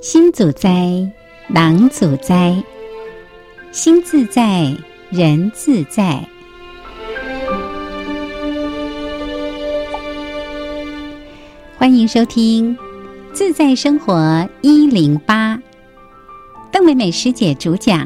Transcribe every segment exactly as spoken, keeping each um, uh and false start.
心自在，人自在，心自在，人自在。欢迎收听《自在生活一零八》，邓美美师姐主讲。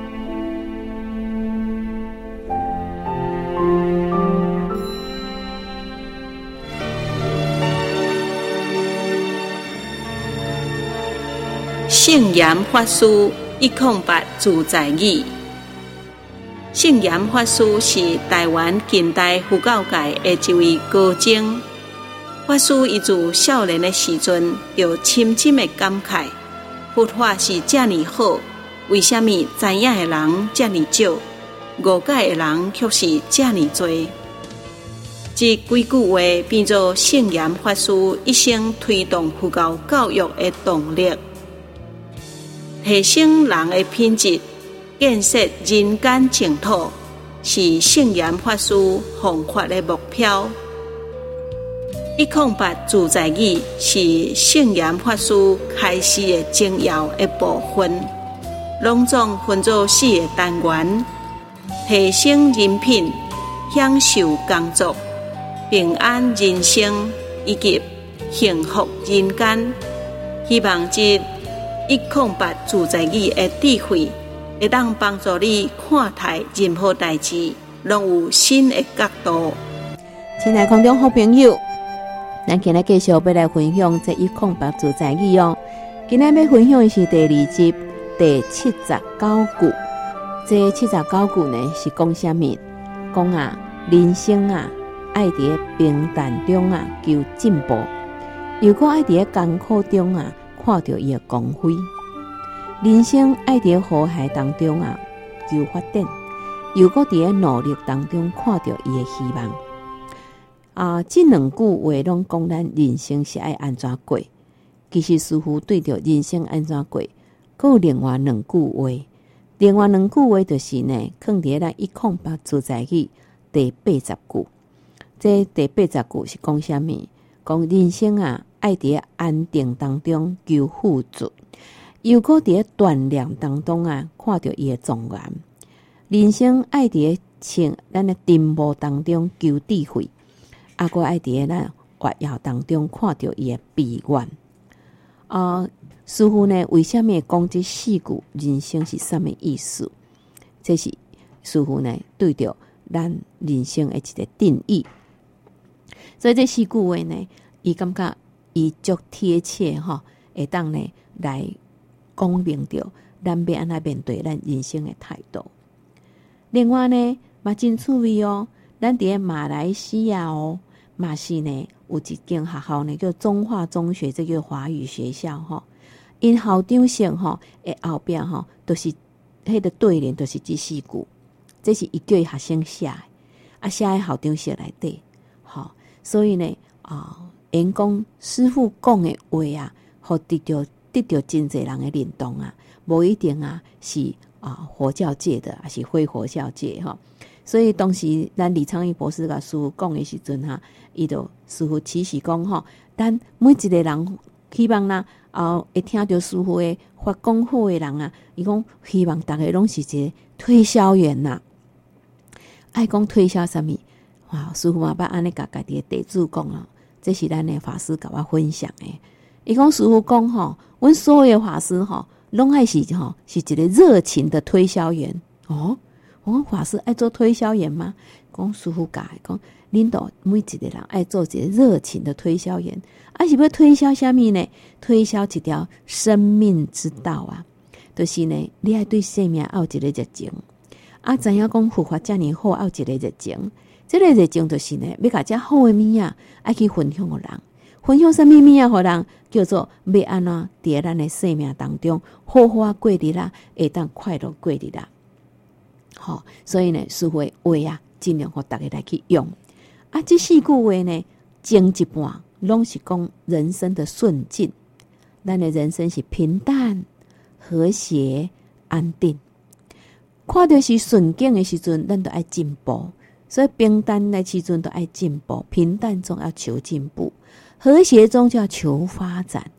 圣严法师一空八自在语。圣严法师是台湾近代佛教界的一位高僧。法师伊自少年的时阵，就深深的感慨，佛法是这么好，为什么知影的人这么少，误解的人却是这么多？这几句话变作圣严法师一生推动佛教教育的动力。提升人的品质，建设人间净土，是圣严法师弘法的目标。一空八自在语是圣严法师开示的精要的部分，拢总分作四个单元：提升人品、享受工作、平安人生以及幸福人间。希望这一空八自在语的智慧，会当帮助你看待任何代志，拢有新的角度。 亲爱空中好朋友，咱今日继续要来分享这一空八自在语哦。今日要分享的是第二集第七十九句。这七十九句呢是讲什么？讲啊，人生啊，爱在平淡中啊求进步，又搁爱在艰苦中啊。看到伊的光辉，人生爱在和谐当中啊求发展，又搁伫努力当中看到伊的希望。啊，这两句话拢讲咱人生是爱安怎过。其实似乎对着人生安怎过，还有另外两句话。另外两句话就是呢，放伫咱一空八自在语第八十句。这第八十句是讲什么？讲人生啊。爱伫安定当中求富足，又搁伫锻炼当中啊，看到伊的庄严。人生爱伫像咱的沉默当中求智慧，啊，搁爱伫咱活跃当中看到伊的悲愿。啊，似乎呢，为什么讲这四句人生是什么意思？这是似乎呢，对着咱人生的一个定义。所以这四句话呢，伊感觉。伊足贴切吼，会当呢来讲明着咱要安怎面对咱人生的态度。另外呢，嘛真趣味哦，咱伫马来西亚哦，嘛是呢有一间学校呢叫中华中学，这个华语学校吼，因校长先吼，诶后壁吼都是迄个对联，都是这四句，这是伊叫伊学生写的，啊写喺校长写内底，吼，所以呢啊。因讲师父讲的话啊，互得到得到真侪人的认同啊，无一定啊是啊佛教界的，还是非佛教界哈。所以当时咱李昌钰博士甲师父讲的时阵哈，伊就师父启示讲吼，咱每一个人希望啦，啊会听到师父的发讲好的人啊，伊讲希望大家拢是一个推销员呐，爱讲推销什么？哇，师父嘛捌安尼甲家己的弟子讲啊。这是咱的法师甲我分享的。伊讲师父讲吼，阮所有的法师吼，拢爱是吼是一个热情的推销员哦。我讲法师爱做推销员吗？讲师父教讲，恁都每一个人爱做一个热情的推销员，啊是要推销什么呢？推销一条生命之道啊，就是呢，你爱对生命有一个热情，啊，知影讲佛法遮尔好，有一个热情。这个热情就是呢，要甲遮好的物啊，爱去分享互人，分享什么物啊？互人叫做要安怎伫咱的生命当中好好过日啦，会当快乐过日啦。好、哦，所以呢，师父的话啊，尽量互大家来去用。啊，这四句话呢，前一半拢是讲人生的顺境，咱的人生是平淡、和谐、安定。看到是顺境的时阵，咱都爱进步。所以平淡的时阵都爱进步，平淡中要求进步，和谐中就要求发展，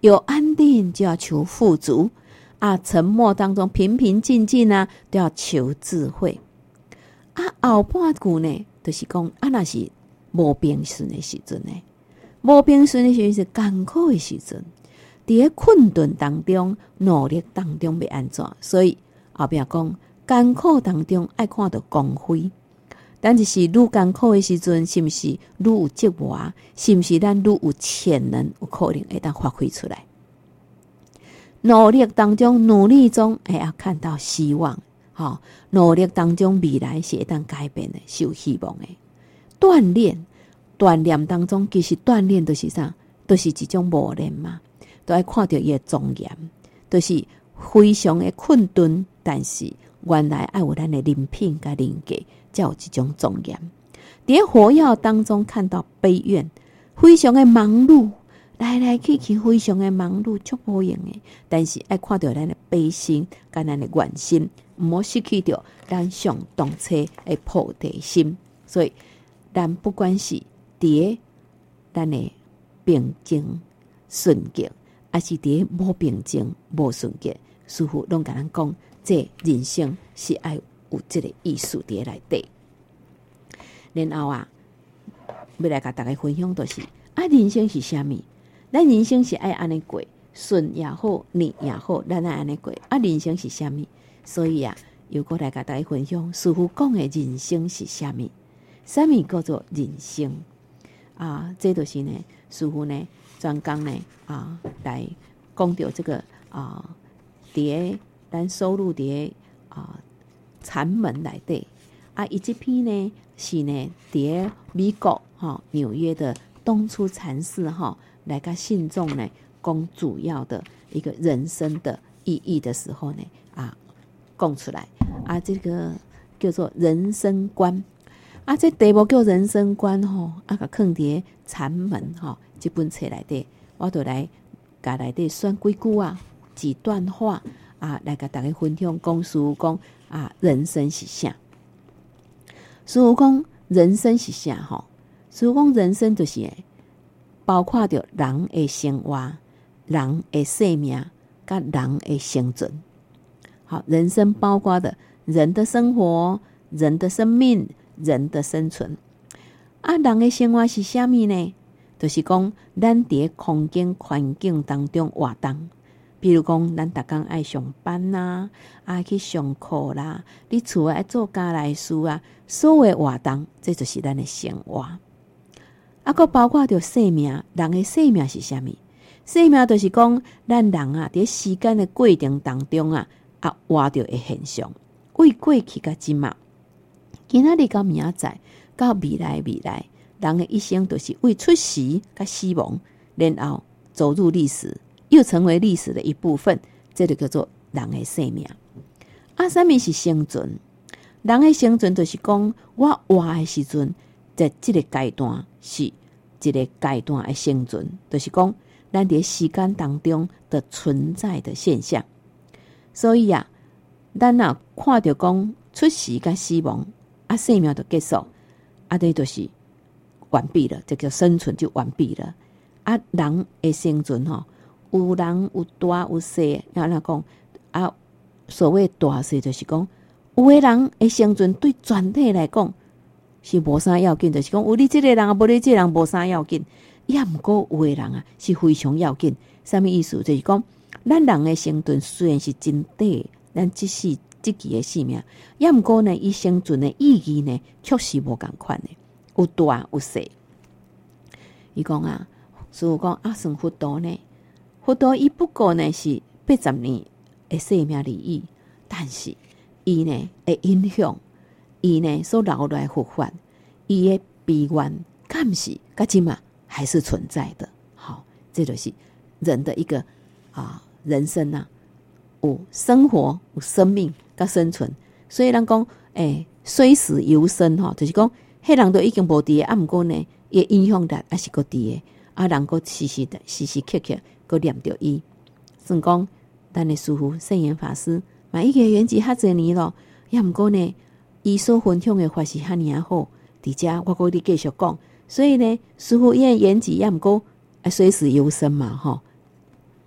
有安定就要求富足啊，沉默当中平平静静啊，都要求智慧啊。后半句呢，就是讲啊，那是无平顺的时阵呢，无平顺的时阵是艰苦的时阵，伫咧困顿当中、努力当中要安怎？所以后壁讲艰苦当中爱看到光辉。但就是愈艰苦的时阵，是毋是愈有折磨？是毋是咱愈有潜能，有可能会当发挥出来？努力当中、努力中，会要看到希望。吼、哦，努力当中未来是会当改变的，是有希望的。锻炼，锻炼当中其实锻炼就是啥？都、就是一种磨练嘛，都爱看到伊的庄严，都、就是非常的困顿，但是原来爱有咱的人品甲人格。才有一种庄严。在火药当中看到悲怨，非常的忙碌，来来去去非常的忙碌，足无用的。但是爱看到咱的悲心，甲咱的愿心，唔好失去掉咱上动车的菩提心。所以，咱不管是伫咱的平静顺境，还是伫无平静无顺境，师父拢甲咱讲，这人生是爱有这个意思伫内底。然后啊，要来甲大家分享就是啊，人生是啥物？咱人生是爱安尼过，顺也好，逆也好，咱爱安尼过。啊，人生是啥物？所以啊，又过来甲大家分享，师父讲的人生是啥物？啥物叫做人生？啊，这就是呢，师父呢专讲呢啊，来讲到这个啊，伫咱收入伫啊。禅门内底啊，伊这篇呢是呢，伫美国哈纽约的东出禅寺哈来甲信众呢讲主要的一个人生的意义的时候呢啊，讲出来啊，这个叫做人生观啊，这题目叫人生观吼啊，甲放伫禅门哈这本册内底，我就来甲内底选几句啊，几段话啊，来甲大家分享讲师父讲。啊，人生是啥？师父讲人生是啥？吼，师父讲人生就是包括着人的生活、人的生命、甲人的生存。好，人生包括的人的生活、人的生命、人的生存。啊，人的生活是啥物呢？就是讲咱伫空间环境当中活动。比如讲，咱逐工爱上班啦，爱去上课啦，你厝爱做家内事啊，所有活动，这就是咱的生活。啊，佫包括着生命，人的生命是啥物？生命就是讲，咱人啊，伫时间的过程当中啊，啊，活着的现象，为过去甲即嘛，今仔日到明仔载，到未来未来，人的一生都是为出世甲死亡，然后走入历史。又成为历史的一部分，这就叫做人的生命。啊，啥物是生存？人的生存就是讲，我活的时阵，在这个阶段是一个阶段的生存，就是讲，咱伫时间当中的存在的现象。所以啊，咱啊看到讲出世甲死亡，啊，生命就结束，啊，这就是完毕了，这叫生存就完毕了。啊，人的生存吼。有人有大有小，然后讲啊，所谓大小就是讲，有的人的生存对全体来讲是无啥要紧，就是讲有你这个人啊，无你这个人无啥要紧。也毋过有的人啊是非常要紧。什么意思？就是讲，咱人的生存虽然是真短，咱即世即期的生命，也毋过呢，伊生存的意义呢，确实无共款的，有大有小。伊讲啊，师父讲啊，算佛陀呢。佛陀伊不过呢是八十年的生命利益，但是伊呢会影响，伊呢所留来佛法，伊的悲愿敢是甲即嘛还是存在的。好，这就是人的一个啊人生啊，有生活、有生命甲生存。所以人讲，诶、欸，虽死犹生吼，就是讲，迄人都已经无伫啊，毋过呢，伊影响力还是搁伫的，啊，人搁时时的时时刻刻。搁念着伊，算讲咱的师父圣严法师，嘛已经圆寂遐侪年咯。也毋过呢，伊所分享的法是遐尔好，伫遮我搁你继续讲。所以呢，师父因为圆寂也毋过，啊，随时有生嘛吼。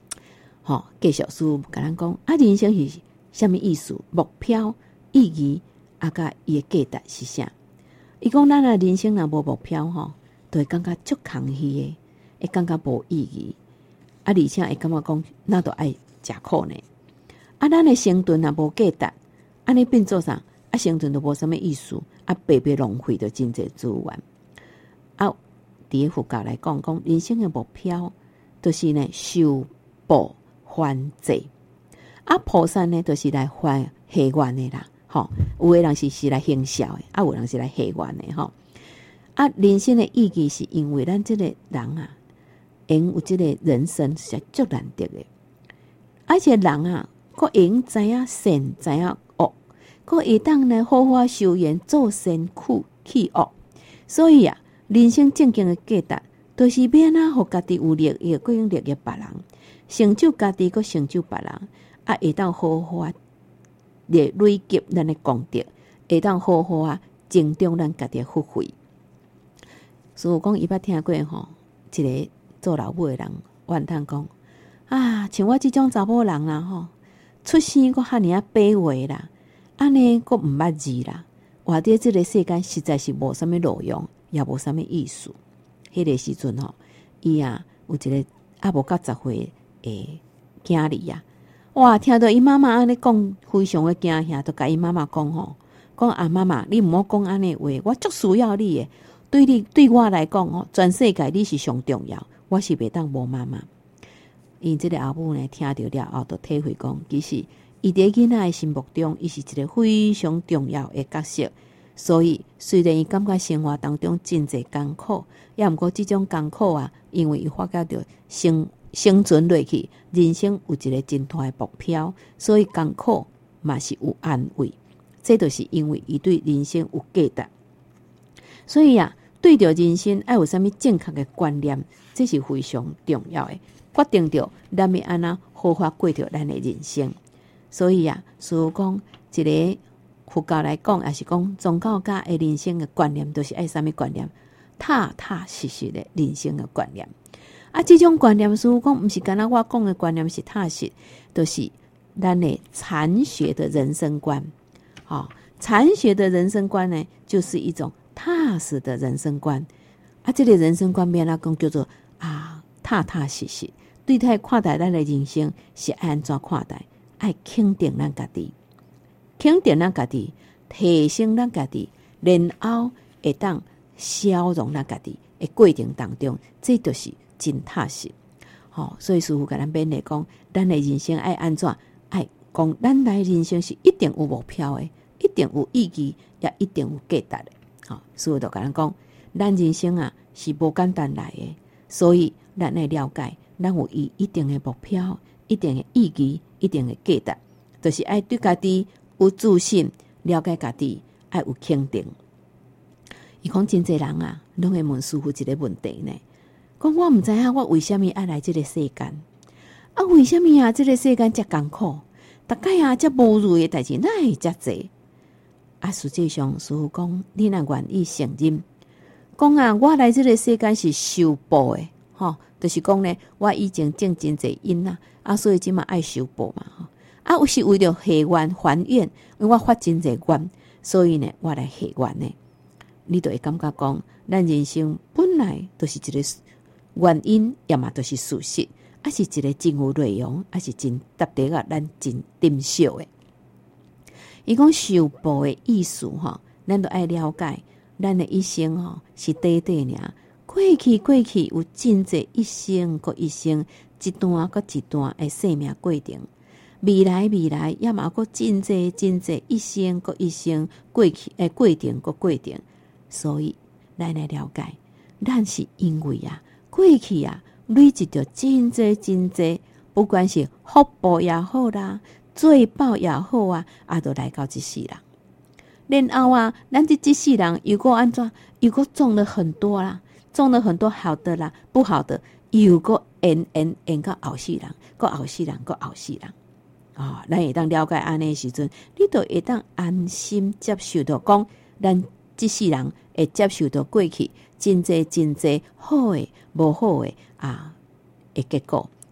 吼，继续师父甲咱讲啊，人生是啥物意思？目标、意义啊，甲伊诶价值是啥？伊讲咱诶人生若无目标吼，就会感觉足空虚诶，会感觉无意义。啊，而且会感觉讲，咱都爱食苦呢。啊，咱诶生存若无价值，安尼变做啥？啊，生存都无啥物意思，啊，白白浪费着真侪资源。啊，伫佛教来讲，讲人生诶目标，就是呢修补还债。啊，菩萨呢，就是来还下愿诶啦。吼，有诶人是是来行孝诶，啊，有人是来下愿诶吼。啊，人生诶意义是因为咱即个人啊，因有即个人生是足难得诶，而且人啊，佫会知影善，知影恶，佫会当呢好好修缘，做善去去恶。所以啊，人生正经诶价值，就是要安怎互家己有利益，佫用利益别人，成就家己，佫成就别人，啊，会当好好啊，累累积咱诶功德，会当好好啊，增长咱家己诶福慧。所以讲，伊捌听过吼，一个做老母诶人怨叹讲啊，像我即种查某人啦吼，出生佫遐尔啊卑微啦，安尼佫毋捌字啦，活伫即个世间实在是无啥物路用，也无啥物意思。迄个时阵吼，伊啊有一个啊无到十岁诶囝儿啊，哇，听到伊妈妈安尼讲，非常诶惊吓，就甲伊妈妈讲吼，讲啊妈妈，你毋好讲安尼话，我足需要你诶。对你对我来讲吼，全世界你是上重要，我是袂当无妈妈。因即个后母呢，听到了后，就体会讲，其实伊伫囡仔诶心目中，伊是一个非常重要诶角色。所以虽然伊感觉生活当中真侪艰苦，也毋过即种艰苦啊，因为伊发觉到生生存落去，人生有一个真大诶目标，所以艰苦嘛是有安慰。这就是因为伊对人生有价值。所以啊，对着人生爱有啥物正确的观念，这是非常重要的，决定着咱要安怎好好过着咱的人生。所以啊，所以讲一个佛教来讲，也是讲宗教家的人生的观念，都是爱啥物观念？踏踏实实的人生的观念。啊，这种观念，所以讲毋是干那我讲的观念是踏实，都、就是咱的禅学的人生观。好、哦，禅学的人生观呢，就是一种踏实的人生观啊，这个人生观变啦讲叫做啊踏踏实实对待看待咱的人生是安怎看待？爱肯定咱家己，肯定咱家己，提升咱家己，然后会当消融咱家己的过程当中，这就是真踏实。好、哦，所以师父甲咱勉励讲，咱的人生爱安怎？爱讲咱来人生是一定有目标的，一定有意义，也一定有价值的。好，所以就甲咱讲，咱人生啊是无简单来的，所以咱来了解，咱有伊一定的目标、一定的意义、一定的价值，就是爱对家己有自信，了解家己，爱有肯定。伊讲真侪人啊，拢会问师父一个问题呢，讲我毋知影我为什么爱来这个世间？啊，为什么啊？这个世间遮艰苦，大概啊遮无如的代志，哪会遮济？啊，实际上，师父讲，你若愿意承认，讲啊，我来这个世间是修补的，吼，就是讲呢，我以前种真侪因啦，啊，所以即嘛爱修补嘛，吼，啊，有是为了下愿还愿，因为我发真侪愿，所以呢，我来下愿呢，你就会感觉讲，咱人生本来就是一个原因，要么就是事实，啊，是一个真有内容，啊，是真值得啊，咱真珍惜的。伊讲修补的意思吼，咱都爱了解，咱的一生吼是短短尔，过去过去有真侪一生过一生，一段过一段的生命过程，未来未来也嘛过真侪真侪一生过一生过去诶过程过过程，所以咱来了解，咱是因为啊过去啊累积着真侪真侪，不管是福报也好啦。罪报也好啊，啊，都来到这世人。然后啊，咱这这世人如果安怎，如果种了很多啦，种了很多好的啦，不好的，又个延延延到后世人，个后世人，个后世人。啊、哦，咱会当了解安尼时阵，你就会当安心接受到讲，咱这世人会接受到过去真侪真侪好诶，无好诶啊诶结果，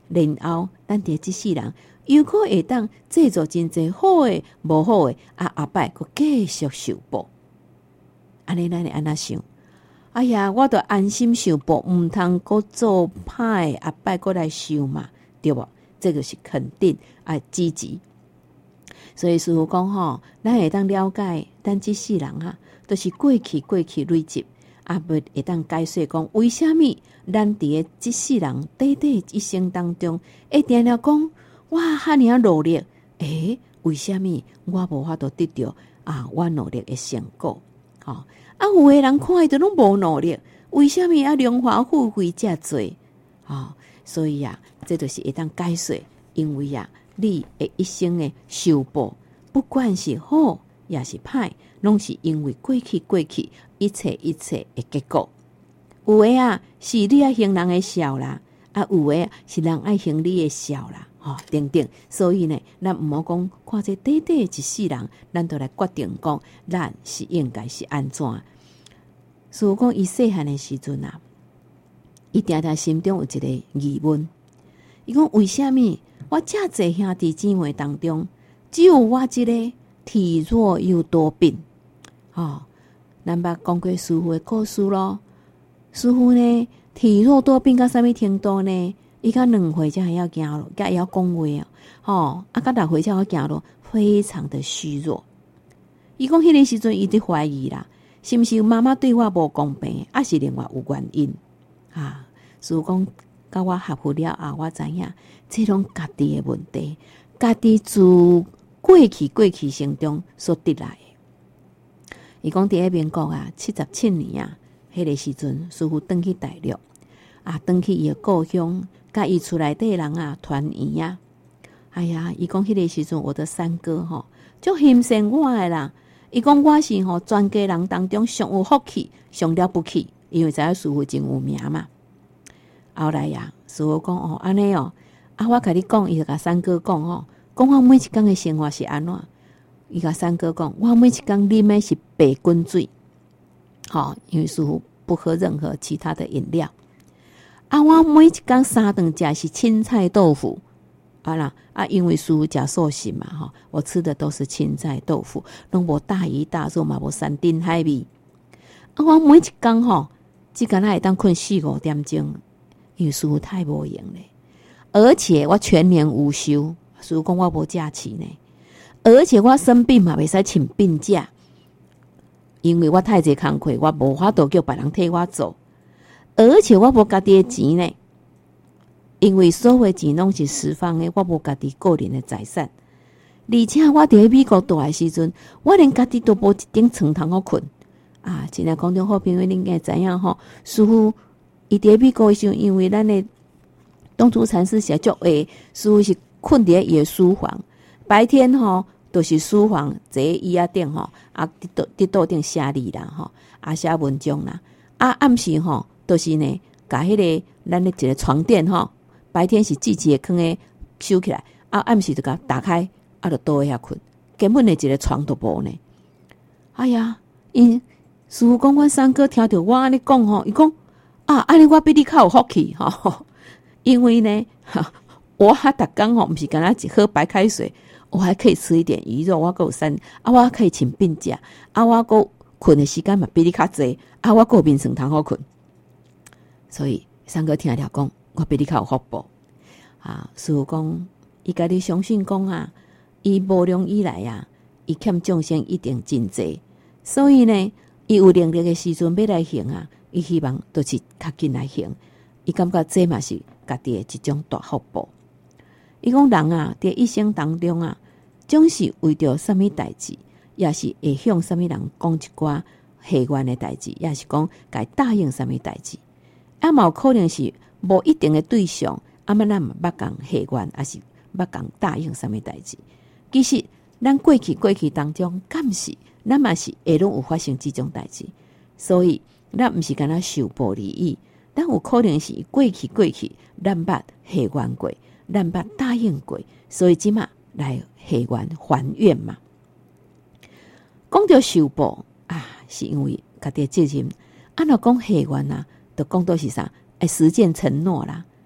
然后咱伫即世人又可会当制作真侪好诶无好诶，啊后摆佫继续受报。安尼咱会安怎想？哎呀，我著安心受报，毋通佫做歹，后摆佫来受嘛，对无？这个是肯定啊，积极。所以师父讲吼，咱会当了解，咱即世人啊，都是过去过去累积，啊，袂会当解释讲为虾米咱伫诶即世人短短一生当中，会定了讲哇，遐尔啊努力，诶，为虾米我无法度得到啊？我努力诶成果，吼、哦、啊，有诶人看伊都拢无努力，为虾米啊荣华富贵遮多？啊、哦，所以啊，这就是会当解释，因为啊，你诶一生诶受报，不管是好也是歹，拢是因为过去过去一切一切诶结果。有诶啊，是你爱行人诶笑啦，啊，有诶是人爱行你诶笑啦。哦，等等，所以呢，咱毋好讲看这短短一世人，咱都来决定讲，咱是应该是安怎？所以讲，伊细汉的时阵啊，伊定定心中有一个疑问，伊讲为虾米我遮济兄弟姊妹当中，只有我一个体弱又多病？哦，咱捌讲过师父的故事咯。师父呢，体弱多病到啥物程度呢？伊甲两岁才会晓行路，才会晓讲话啊！吼，啊，甲六岁才会行路，非常的虚弱。伊讲迄个时阵，伊伫怀疑啦，是毋是妈妈对我无公平，还是另外有原因啊？所以讲，甲我合乎了后，我知影，这种家己的问题，家己自过去过去生中所得来的。伊讲伫迄民国啊，七十七年啊，迄个时阵，师父转去大陆啊，转去伊的故乡。甲伊厝内底人啊团圆啊，哎呀，伊讲迄个时阵，我的三哥吼，足欣赏我诶啦。伊讲我是吼全家人当中上有福气、上了不起，因为知影师父真有名嘛。后来呀，师父讲哦，安尼哦，啊，我甲你讲，伊就甲三哥讲吼，讲我每一工诶生活是安怎？伊甲三哥讲，我每一工啉诶是白滚水，吼，因为师父不喝任何其他的饮料。啊，我每一工三顿食是青菜豆腐，啊啦啊，因为师父食素食嘛，哈，我吃的都是青菜豆腐，拢无大鱼大肉嘛，无山珍海味。啊，我每一工吼，只敢若会当困四五点钟，因为师父太无闲咧，而且我全年无休，师父讲我无假期呢，而且我生病嘛，袂使请病假，因为我太济工课，我无法度叫别人替我做。而且我无家己的钱呢，因为所有钱拢是释放的，我无家己个人的财产。而且我伫美国住的时阵，我连家己都无一顶床通好困啊！现在观众好朋友，恁应该知影吼，师父伊伫美国的时阵，因为咱的东珠禅师写作诶，师父是困伫伊的书房，白天吼都是书房坐椅仔顶吼，啊，伫倒伫倒顶写字啦吼，啊写文章啦，啊暗时吼。都是呢，甲迄个咱的一个床垫吼，白天是自己的囥诶收起来，啊暗时就甲打开，啊就倒下困，根本的一个床都无呢。哎呀，因师父讲，阮三哥听到我安尼讲吼，伊讲啊，安尼我比你较有福气吼，因为呢，我哈逐工吼，毋是干那只喝白开水，我还可以吃一点鱼肉，我够有三，啊我可以请病假，啊我够困的时间嘛比你较济，啊我够眠床通好困。所以三哥听了讲，我比你较有福报啊！师父讲，伊家己相信讲啊，伊无量以来啊，伊欠众生一定真济，所以呢，伊有能力的时阵要来行啊，伊希望都是较紧来行。伊感觉这嘛是家己的一种大福报。伊讲人啊，在一生当中啊，总是为着什么代志，也是会向什么人讲一寡下愿的代志，也是讲该答应什么代志。啊，嘛有可能是无一定的对象，啊，嘛咱毋捌讲下愿，还是捌讲答应什么代志。其实咱过去过去当中，敢是咱嘛是会拢有发生这种代志，所以咱毋是干那受报利益，咱有可能是过去过去咱捌下愿过，咱捌答应过，所以即马来下愿还愿嘛。讲到受报啊，是因为家己责任。按照讲下愿啊。就讲到是啥？哎，实践承诺啦！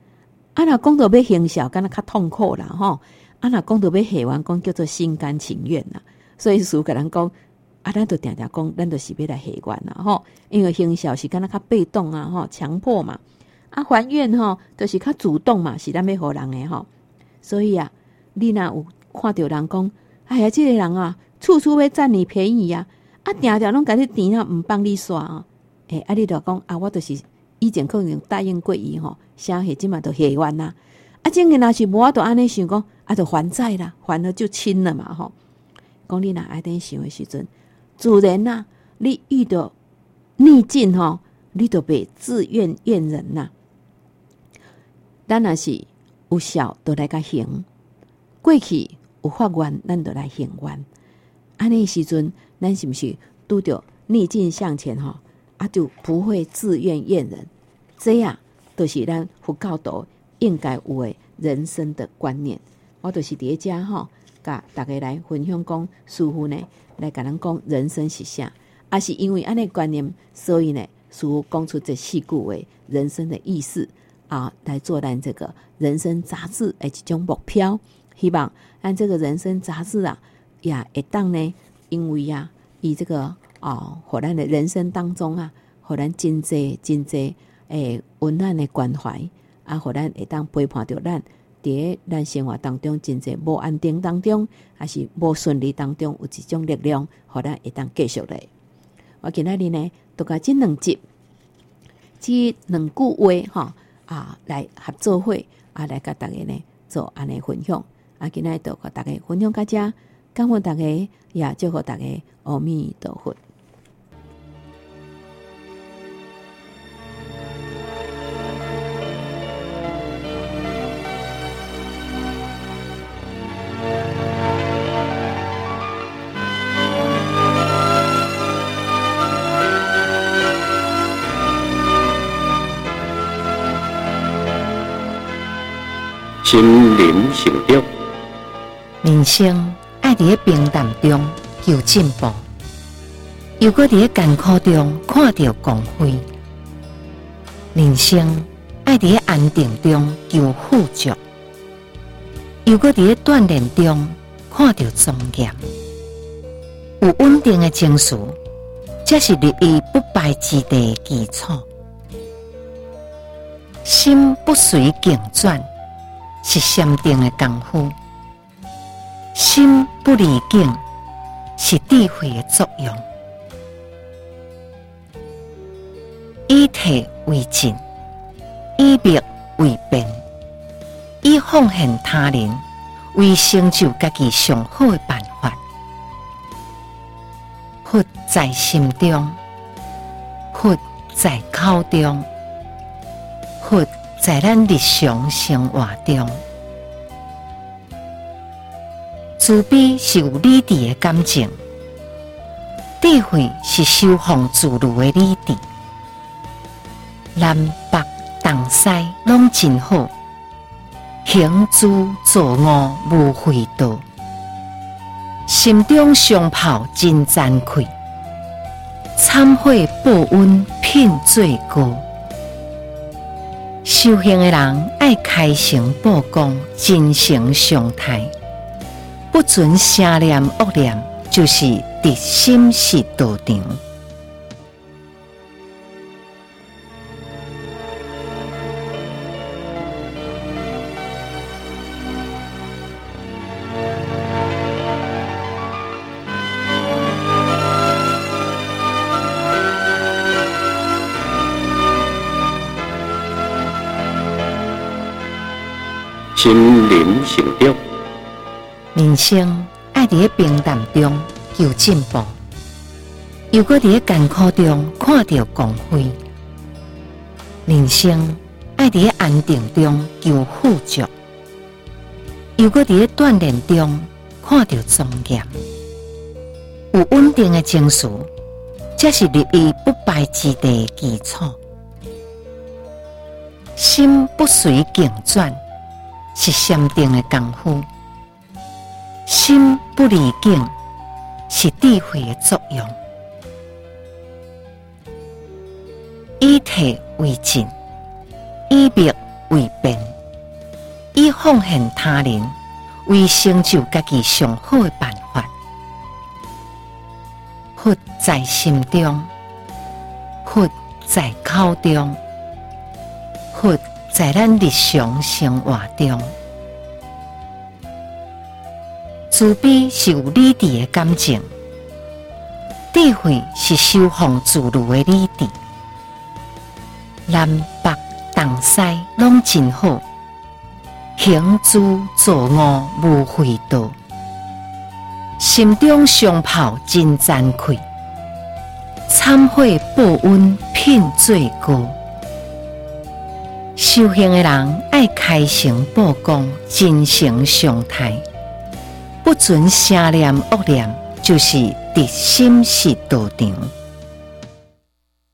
啊，若讲到要行孝，敢若较痛苦啦吼。啊，若讲到要下完，讲叫做心甘情愿啦。所以俗甲人讲，啊，咱就定定讲，咱就是要来下愿啦吼。因为行孝是敢若较被动啊吼，强迫嘛。啊，还愿吼，就是较主动嘛，是咱要互人诶吼。所以啊，你若有看到人讲，哎呀，这个人啊，处处要占你便宜啊，啊，定定拢甲你钱啊，毋帮你刷啊。诶、欸，啊，你就讲啊，我就是以前可能答应过伊吼，啥下即嘛就下愿啦。啊，真个若是无法度安尼想讲，啊，就还债啦，还了就清了嘛吼。讲你若爱等想的时阵，自然呐、啊，你遇到逆境吼，你就袂自怨怨人呐、啊。咱若是有孝，就来甲行；过去有发愿，咱就来行愿。安尼时阵，咱是毋是拄着逆境向前吼？啊，就不会自怨怨人。这样都、就是咱佛教徒应该有的人生的观念。我就是伫遮吼，甲大家来分享讲，师父呢来甲咱讲人生是啥，啊是因为安尼观念，所以呢，师父讲出这四句话人生的意思啊，来做咱这个人生杂志的一种目标。希望咱这个人生杂志啊，也会当呢，因为啊，以这个哦，互咱的人生当中啊，互咱真济真济诶温暖的关怀啊，互咱会当陪伴着咱伫咱生活当中真济无安定当中，还是无顺利当中，有一种力量，互咱会当继续来。我今仔日呢，都甲这两集，这两句话哈啊，来合作会啊，来甲大家呢做安尼分享。啊，今仔日都甲大家分享到这，感恩大家，也祝福大家阿弥陀佛。 心灵成长， 人生爱伫平淡中求进步，又搁伫艰苦中看到光辉。人生爱伫安定中求富足，又搁伫锻炼中看到庄严。有稳定的情绪，才是立于不败之地的基础。心不随境转，是禅定的功夫；心不离境，是智慧的作用。以体为镜，以密为辨，以奉献他人为成就家己上好的办法。佛在心中，佛在口中，佛在咱日常生活中。慈悲是有理智的感情，智慧是收放自如的理智。南北东西拢真好，行诸作恶无悔道。心中相炮真惭愧，忏悔报恩品罪过。修行的人爱开诚布公，真诚相待，不存邪念恶念，就是直心是道场。 心灵成长， 人生爱伫平淡中求进步，又搁伫艰苦中看到光辉。人生爱伫安定中求富足，又搁伫锻炼中看到庄严。有稳定的情绪，才是立于不败之地的基础。心不随境转，是禅定的功夫；心不离境，是智慧的作用。以体为镜，以密为辨， 以奉献他人为成就家己上好的办法。佛在心中，佛在口中，佛在咱日常生活中。慈悲是有理智的感情，智慧是收放自如的理智。南北东西拢真好，行诸作恶无悔道。心中相炮真惭愧，忏悔报恩品罪过。修行的人爱开诚布公，真诚相待，不存邪念恶念，就是直心是道场。